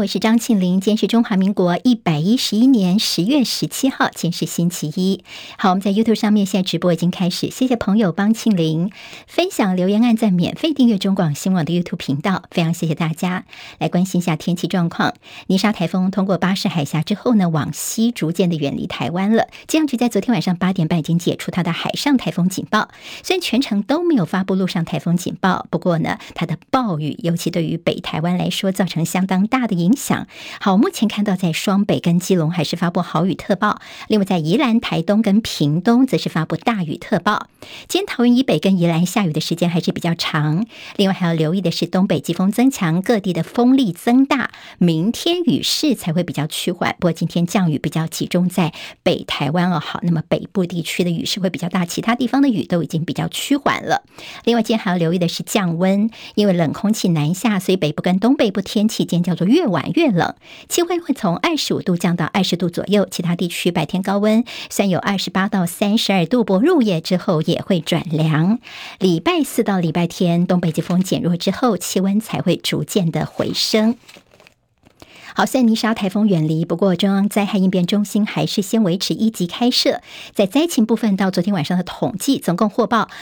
我是张庆玲，今天是中华民国111年10月17号，今天是星期一。好，我们在 YouTube 上面现在直播已经开始，谢谢朋友帮庆玲分享、留言、按赞、免费订阅中广新闻网的 YouTube 频道，非常谢谢大家。来关心一下天气状况。尼莎台风通过巴士海峡之后呢，往西逐渐的远离台湾了。气象局在昨天晚上8点半已经解除它的海上台风警报，虽然全程都没有发布陆上台风警报，不过呢，它的暴雨尤其对于北台湾来说造成相当大的影响。好，目前看到在双北跟基隆还是发布豪雨特报，另外在宜兰、台东跟屏东则是发布大雨特报。今天桃园以北跟宜兰下雨的时间还是比较长，另外还要留意的是东北季风增强，各地的风力增大，明天雨势才会比较趋缓。不过今天降雨比较集中在北台湾好，那么北部地区的雨势会比较大，其他地方的雨都已经比较趋缓了。另外今天还要留意的是降温，因为冷空气南下，所以北部跟东北部天气今天叫做越晚越冷，气温会从25度降到20度左右，其他地区白天高温虽然有28到32度，不过入夜之后也会转凉。礼拜4到礼拜天东北季风减弱之后，气温才会逐渐的回升。好，虽然尼莎台风远离，不过中央灾害应变中心还是先维持1级开设。在灾情部分，到昨天晚上的统计，总共获报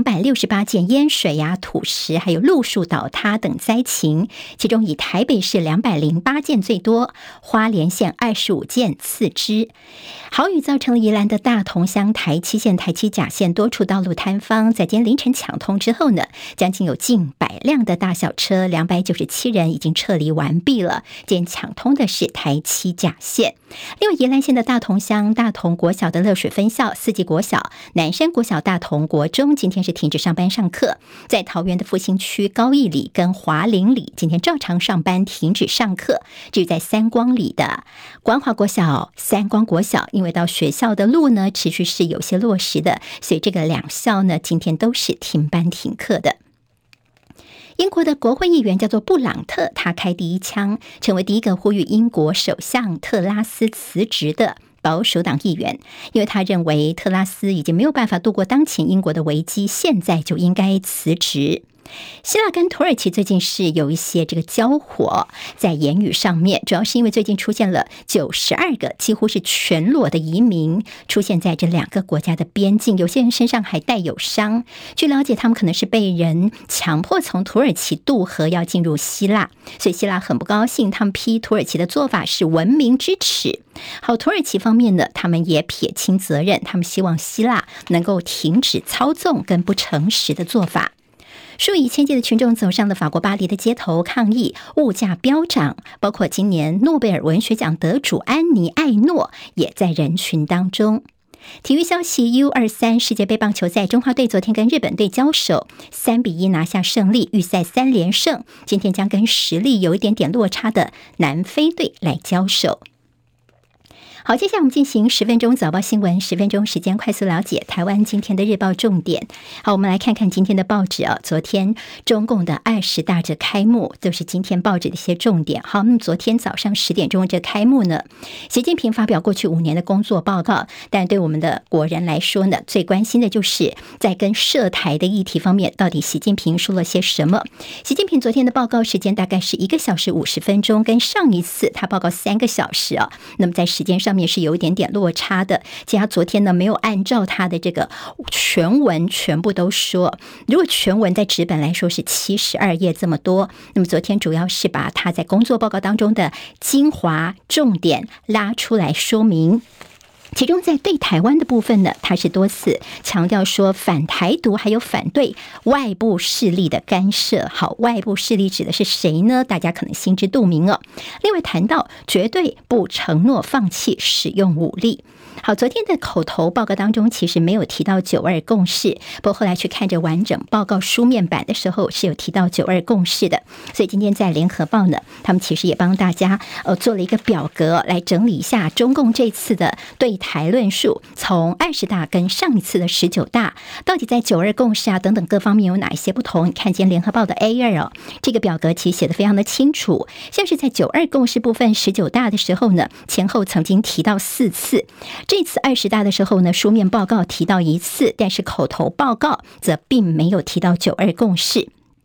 268件淹水土石还有路树倒塌等灾情，其中以台北市208件最多，花莲县25件次之。豪雨造成了宜兰的大同乡、台七线、台七甲线多处道路坍方，在今天凌晨抢通之后呢，将近有近100辆的大小车，297人已经撤离完毕了。今天抢通的是台七甲线。另外宜兰县的大同乡大同国小的乐水分校、四季国小、南山国小、大同国中今天是停止上班上课。在桃园的复兴区高义里跟华林里今天照常上班停止上课。至于在三光里的光华国小、三光国小，因为到学校的路呢持续是有些落实的，所以这个两校呢今天都是停班停课的。英国的国会议员叫做布朗特，他开第一枪，成为第一个呼吁英国首相特拉斯辞职的保守党议员，因为他认为特拉斯已经没有办法度过当前英国的危机，现在就应该辞职。希腊跟土耳其最近是有一些这个交火，在言语上面，主要是因为最近出现了92个几乎是全裸的移民出现在这2个国家的边境，有些人身上还带有伤。据了解，他们可能是被人强迫从土耳其渡河要进入希腊，所以希腊很不高兴，他们批土耳其的做法是文明之耻。好，土耳其方面呢，他们也撇清责任，他们希望希腊能够停止操纵跟不诚实的做法。数以千计的群众走上了法国巴黎的街头抗议物价飙涨，包括今年诺贝尔文学奖得主安妮·艾诺也在人群当中。体育消息 U23 世界杯棒球赛，中华队昨天跟日本队交手3-1拿下胜利，预赛3连胜，今天将跟实力有一点点落差的南非队来交手。好，接下来我们进行10分钟早报新闻，10分钟时间快速了解台湾今天的日报重点。好，我们来看看今天的报纸昨天中共的20大这开幕，都是今天报纸的一些重点。好，那么昨天早上10点钟这开幕呢，习近平发表过去5年的工作报告，但对我们的国人来说呢，最关心的就是在跟涉台的议题方面，到底习近平说了些什么。习近平昨天的报告时间大概是1个小时50分钟，跟上一次他报告3个小时那么在时间上面是有一点点落差的。其实他昨天呢没有按照他的这个全文全部都说，如果全文在纸本来说是72页这么多，那么昨天主要是把他在工作报告当中的精华重点拉出来说明。其中在对台湾的部分呢，他是多次强调说反台独还有反对外部势力的干涉。好，外部势力指的是谁呢？大家可能心知肚明另外谈到绝对不承诺放弃使用武力。好，昨天的口头报告当中其实没有提到9·2共识，不过后来去看着完整报告书面版的时候是有提到9·2共识的。所以今天在联合报呢，他们其实也帮大家做了一个表格来整理一下中共这次的对台论述，从20大跟上一次的19大到底在9·2共识等等各方面有哪一些不同。你看见联合报的 A2 这个表格其实写得非常的清楚，像是在9·2共识部分19大的时候呢，前后曾经提到4次，这次20大的时候呢，书面报告提到1次，但是口头报告则并没有提到9·2共识。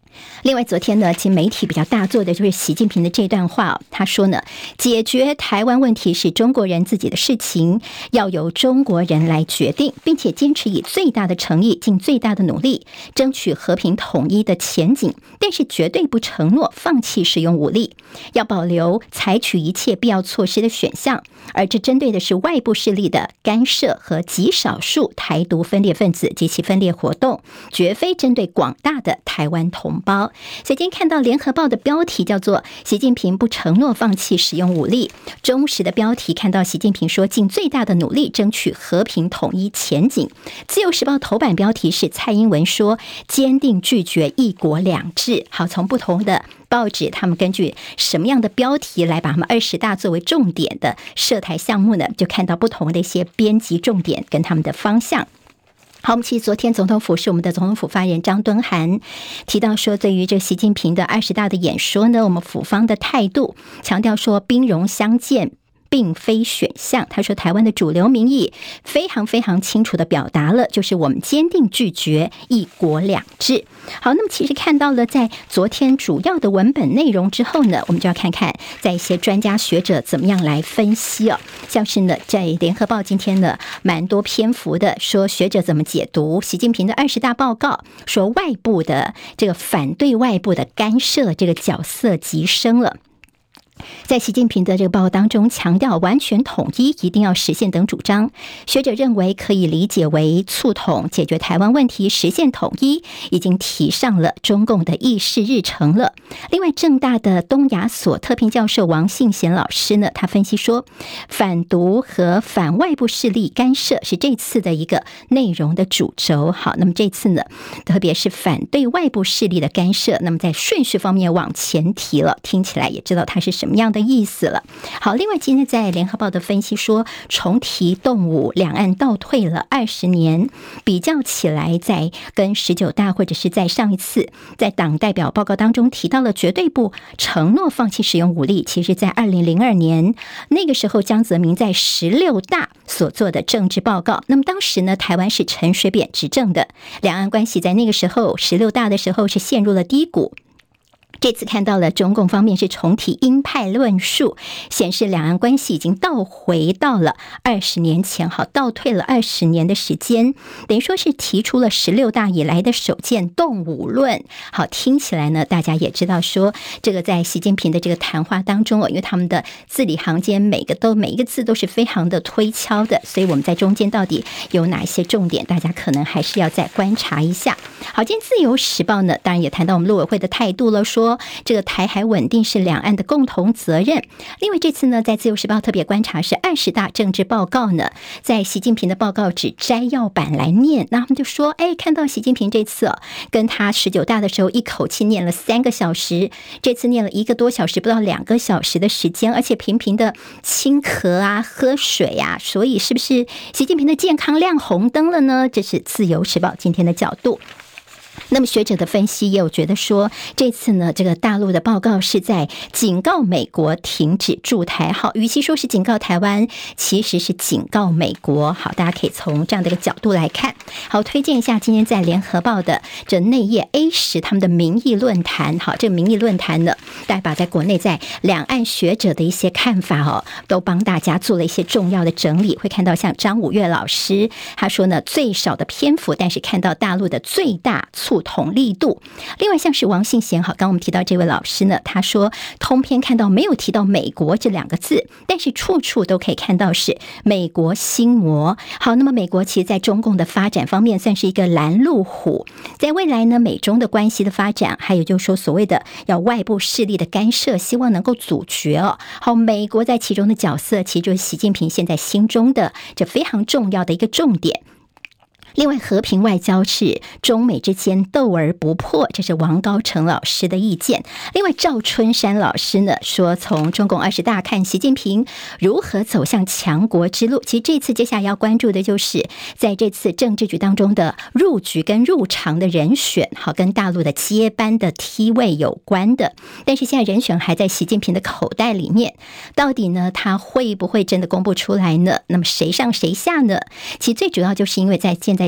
另外，昨天呢，其实媒体比较大做的就是习近平的这段话他说呢，解决台湾问题是中国人自己的事情，要由中国人来决定，并且坚持以最大的诚意、尽最大的努力，争取和平统一的前景，但是绝对不承诺放弃使用武力，要保留采取一切必要措施的选项，而这针对的是外部势力的干涉和极少数台独分裂分子及其分裂活动，绝非针对广大的台湾同胞。所以今天看到联合报的标题叫做习近平不承诺放弃使用武力，中时的标题看到习近平说尽最大的努力争取和平统一前景，自由时报头版标题是蔡英文说坚定拒绝一国两制。好，从不同的报纸他们根据什么样的标题来把他们20大作为重点的涉台项目呢，就看到不同的一些编辑重点跟他们的方向。好，我们其实昨天总统府是我们的总统府发言人张敦涵提到说，对于这习近平的20大的演说呢，我们府方的态度强调说兵戎相见并非选项。他说台湾的主流民意非常非常清楚的表达了，就是我们坚定拒绝一国两制。好，那么其实看到了在昨天主要的文本内容之后呢，我们就要看看在一些专家学者怎么样来分析像是呢在联合报今天呢蛮多篇幅的说学者怎么解读习近平的20大报告，说外部的这个反对外部的干涉这个角色极深了。在习近平的这个报告当中强调完全统一一定要实现等主张，学者认为可以理解为促统解决台湾问题实现统一已经提上了中共的议事日程了。另外政大的东亚所特聘教授王信贤老师呢，他分析说反独和反外部势力干涉是这次的一个内容的主轴。好，那么这次呢特别是反对外部势力的干涉，那么在顺序方面往前提了，听起来也知道它是什么样的意思了。好，另外今天在联合报的分析说重提动武，两岸倒退了20年，比较起来在跟19大或者是在上一次在党代表报告当中提到了绝对不承诺放弃使用武力，其实在2002年那个时候江泽民在16大所做的政治报告，那么当时呢台湾是陈水扁执政的，两岸关系在那个时候16大的时候是陷入了低谷。这次看到了中共方面是重提鹰派论述，显示两岸关系已经倒回到了20年前，好，倒退了20年的时间，等于说是提出了16大以来的首件动武论。好，听起来呢大家也知道说这个在习近平的这个谈话当中因为他们的字里行间每一个字都是非常的推敲的，所以我们在中间到底有哪一些重点，大家可能还是要再观察一下。好，今天自由时报呢当然也谈到我们陆委会的态度了，说这个台海稳定是两岸的共同责任。另外这次呢在自由时报特别观察是20大政治报告呢，在习近平的报告只摘要版来念，那他们就说看到习近平这次跟他19大的时候一口气念了3个小时，这次念了1个多小时，不到2个小时的时间，而且频频的轻咳啊喝水啊，所以是不是习近平的健康亮红灯了呢？这是自由时报今天的角度。那么学者的分析也有觉得说，这次呢这个大陆的报告是在警告美国停止驻台。好，与其说是警告台湾，其实是警告美国。好，大家可以从这样的一个角度来看。好，推荐一下今天在联合报的这内页 A10 他们的民意论坛。好，这个民意论坛呢大家把在国内在两岸学者的一些看法都帮大家做了一些重要的整理。会看到像张五岳老师他说呢，最少的篇幅但是看到大陆的最大促统力度。另外像是王信贤，好，刚刚我们提到这位老师呢，他说通篇看到没有提到美国这2个字，但是处处都可以看到是美国心魔。好，那么美国其实在中共的发展方面算是一个拦路虎，在未来呢美中的关系的发展，还有就是说所谓的要外部势力的干涉，希望能够阻绝好，美国在其中的角色其实就是习近平现在心中的这非常重要的一个重点。另外和平外交是中美之间斗而不破，这是王高成老师的意见。另外赵春山老师呢说，从中共20大看习近平如何走向强国之路，其实这次接下来要关注的就是在这次政治局当中的入局跟入常的人选，好，跟大陆的接班的梯位有关的。但是现在人选还在习近平的口袋里面，到底呢他会不会真的公布出来呢？那么谁上谁下呢？其实最主要就是因为在现在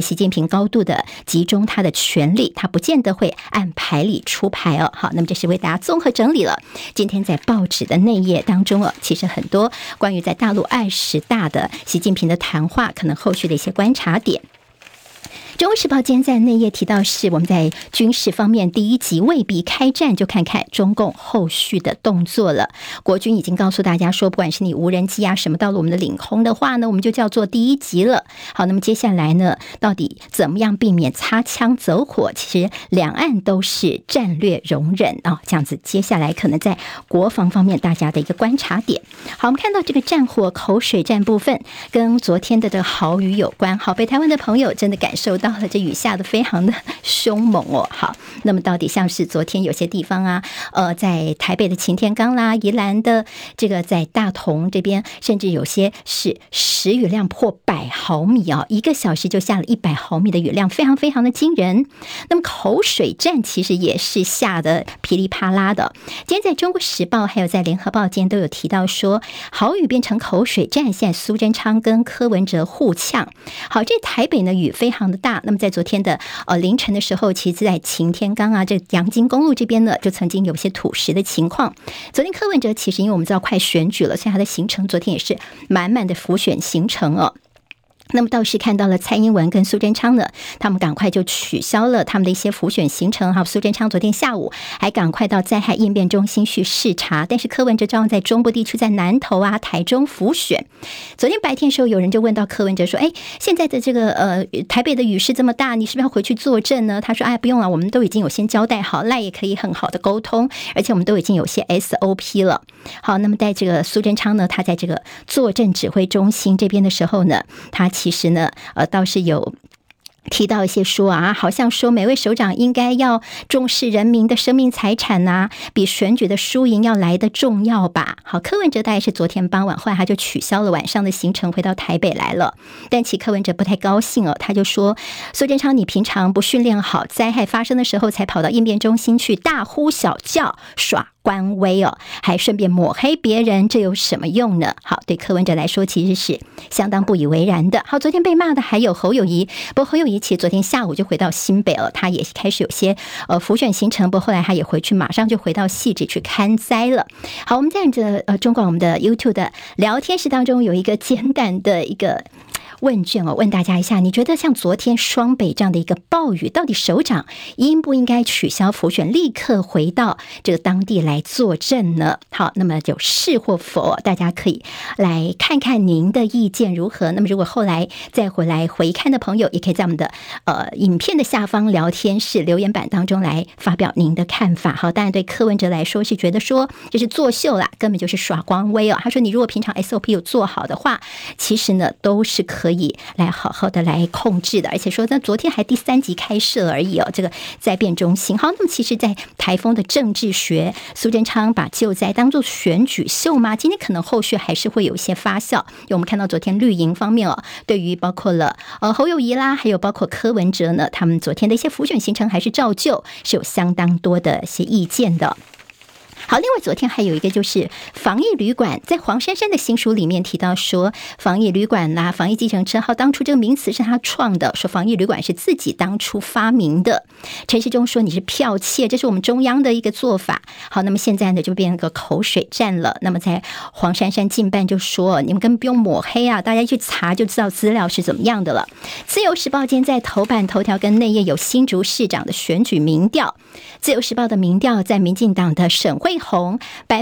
习近平高度的集中他的权力，他不见得会按牌理出牌哦。好，那么这是为大家综合整理了今天在报纸的内页当中哦，其实很多关于在大陆20大的习近平的谈话，可能后续的一些观察点。中国时报今天在内页提到，是我们在军事方面第一集未必开战，就看看中共后续的动作了。国军已经告诉大家说，不管是你无人机啊什么到了我们的领空的话呢，我们就叫做第一集了。好，那么接下来呢，到底怎么样避免擦枪走火？其实两岸都是战略容忍啊，这样子接下来可能在国防方面大家的一个观察点。好，我们看到这个战火口水战部分跟昨天的这个豪雨有关。好，北台湾的朋友真的感受到了这雨下的非常的凶猛哦。好，那么到底像是昨天有些地方啊，在台北的擎天岗啦，宜兰的这个在大同这边，甚至有些是时雨量破100毫米啊，1个小时就下了100毫米的雨量，非常非常的惊人。那么口水战其实也是下的噼里啪啦的。今天在中国时报还有在联合报今天都有提到说，豪雨变成口水战，现在苏贞昌跟柯文哲互呛。好，这台北呢雨非常的大，那么在昨天的凌晨的时候，其实在擎天岗啊，这阳金公路这边呢，就曾经有些土石的情况。昨天柯文哲其实因为我们知道快选举了，所以他的行程昨天也是满满的浮选行程哦。那么倒是看到了蔡英文跟苏贞昌呢，他们赶快就取消了他们的一些浮选行程哈。苏贞昌昨天下午还赶快到灾害应变中心去视察，但是柯文哲照样在中部地区，在南投啊、台中浮选。昨天白天的时候，有人就问到柯文哲说：“哎，现在的这个台北的雨势这么大，你是不是要回去坐镇呢？”他说：“哎，不用了，我们都已经有先交代好，赖也可以很好的沟通，而且我们都已经有些 SOP 了。”好，那么在这个苏贞昌呢，他在这个坐镇指挥中心这边的时候呢，他其实呢，倒是有提到一些说啊，好像说每位首长应该要重视人民的生命财产啊，比选举的输赢要来的重要吧。好，柯文哲大概是昨天傍晚，后来他就取消了晚上的行程，回到台北来了。但其柯文哲不太高兴哦，他就说：“苏贞昌，你平常不训练好，灾害发生的时候才跑到应变中心去大呼小叫，耍官威哦，还顺便抹黑别人，这有什么用呢？”好，对柯文哲来说其实是相当不以为然的。好，昨天被骂的还有侯友宜，不过侯友宜其实昨天下午就回到新北了，他也开始有些浮选行程，不过后来他也回去，马上就回到汐止去看灾了。好，我们在中广我们的 YouTube 的聊天室当中有一个简短的一个问卷哦，问大家一下，你觉得像昨天双北这样的一个暴雨，到底首长应不应该取消浮选，立刻回到这个当地来坐镇呢？好，那么有是或否，大家可以来看看您的意见如何。那么如果后来再回来回看的朋友，也可以在我们的影片的下方聊天室留言板当中来发表您的看法。好，当然对柯文哲来说是觉得说这是作秀啦，根本就是耍光威哦。他说你如果平常 SOP 有做好的话，其实呢都是可以来好好的来控制的，而且说那昨天还第3级开设而已哦，这个灾变中心。好，那么其实在台风的政治学，苏贞昌把救灾当作选举秀吗？今天可能后续还是会有一些发酵，因为我们看到昨天绿营方面哦，对于包括了侯友宜啦，还有包括柯文哲呢，他们昨天的一些浮选行程还是照旧，是有相当多的一些意见的。好，另外昨天还有一个就是防疫旅馆，在黄珊珊的新书里面提到说，防疫旅馆啦、防疫计程车，好，当初这个名词是他创的，说防疫旅馆是自己当初发明的。陈时中说你是剽窃，这是我们中央的一个做法。好，那么现在呢就变成个口水战了。那么在黄珊珊进办就说，你们根本不用抹黑啊，大家去查就知道资料是怎么样的了。自由时报今天在头版头条跟内页有新竹市长的选举民调，自由时报的民调在民进党的沈慧虹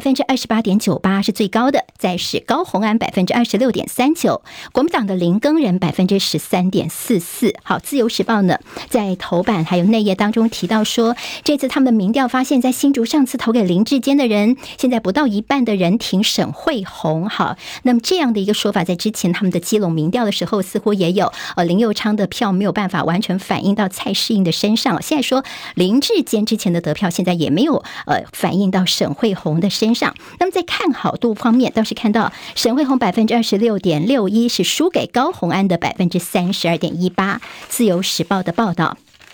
28.98% 是最高的，再是高虹安 26.39%， 国民党的林耕仁 13.44%。 好，自由时报呢在头版还有内页当中提到说，这次他们的民调发现，在新竹上次投给林志坚的人，现在不到一半的人挺沈慧虹。好，那么这样的一个说法，在之前他们的基隆民调的时候，似乎也有林右昌的票没有办法完全反映到蔡适应的身上，现在说林志坚之前的得票现在也没有反映到沈慧虹的身上。那么在看好度方面，倒是看到沈慧虹 26.61% 是输给高虹安的 32.18%。 自由时报的报道。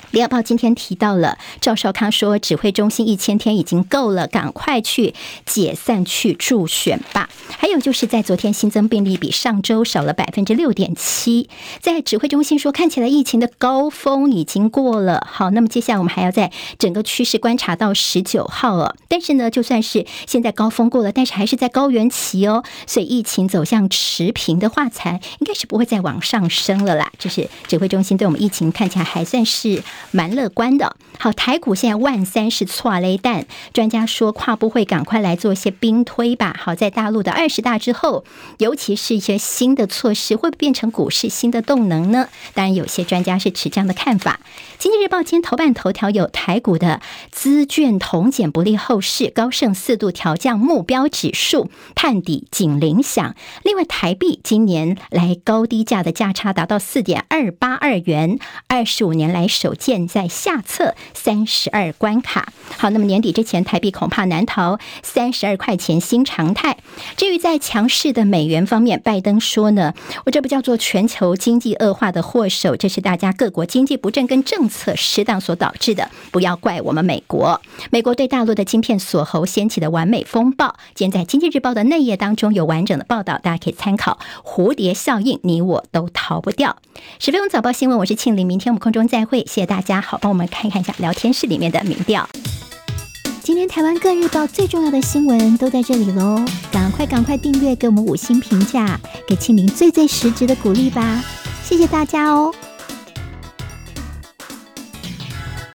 联合报今天提到了赵少康说，指挥中心1000天已经够了，赶快去解散去助选吧。还有就是在昨天新增病例比上周少了6.7%，在指挥中心说看起来疫情的高峰已经过了。好，那么接下来我们还要在整个趋势观察到19号哦。但是呢，就算是现在高峰过了，但是还是在高原期哦，所以疫情走向持平的话，才应该是不会再往上升了啦。这是指挥中心对我们疫情看起来还算是蛮乐观的。好，台股现在13000是错雷弹，专家说跨部会赶快来做一些兵推吧。好，在大陆的20大之后，尤其是一些新的措施，会不会变成股市新的动能呢？当然，有些专家是持这样的看法。经济日报今天头版头条有台股的资券同减不利后市，高盛4度调降目标指数，探底仅零响。另外，台币今年来高低价的价差达到4.282元，25年来首见在下测32关卡。好，那么年底之前，台币恐怕难逃32块钱新常态。至于在强势的美元方面，拜登说呢，我这不叫做全球经济恶化的祸首，这是大家各国经济不振跟政策失当所导致的，不要怪我们美国。美国对大陆的晶片锁喉掀起的完美风暴，今天在经济日报的内页当中有完整的报道，大家可以参考。蝴蝶效应，你我都逃不掉。10分钟早报新闻，我是庆玲，明天我们空中再会，谢谢大家。好，帮我们看一下聊天室里面的民调。今天台湾各日报最重要的新闻都在这里咯，赶快订阅，给我们5星评价，给庆玲最实质的鼓励吧，谢谢大家哦。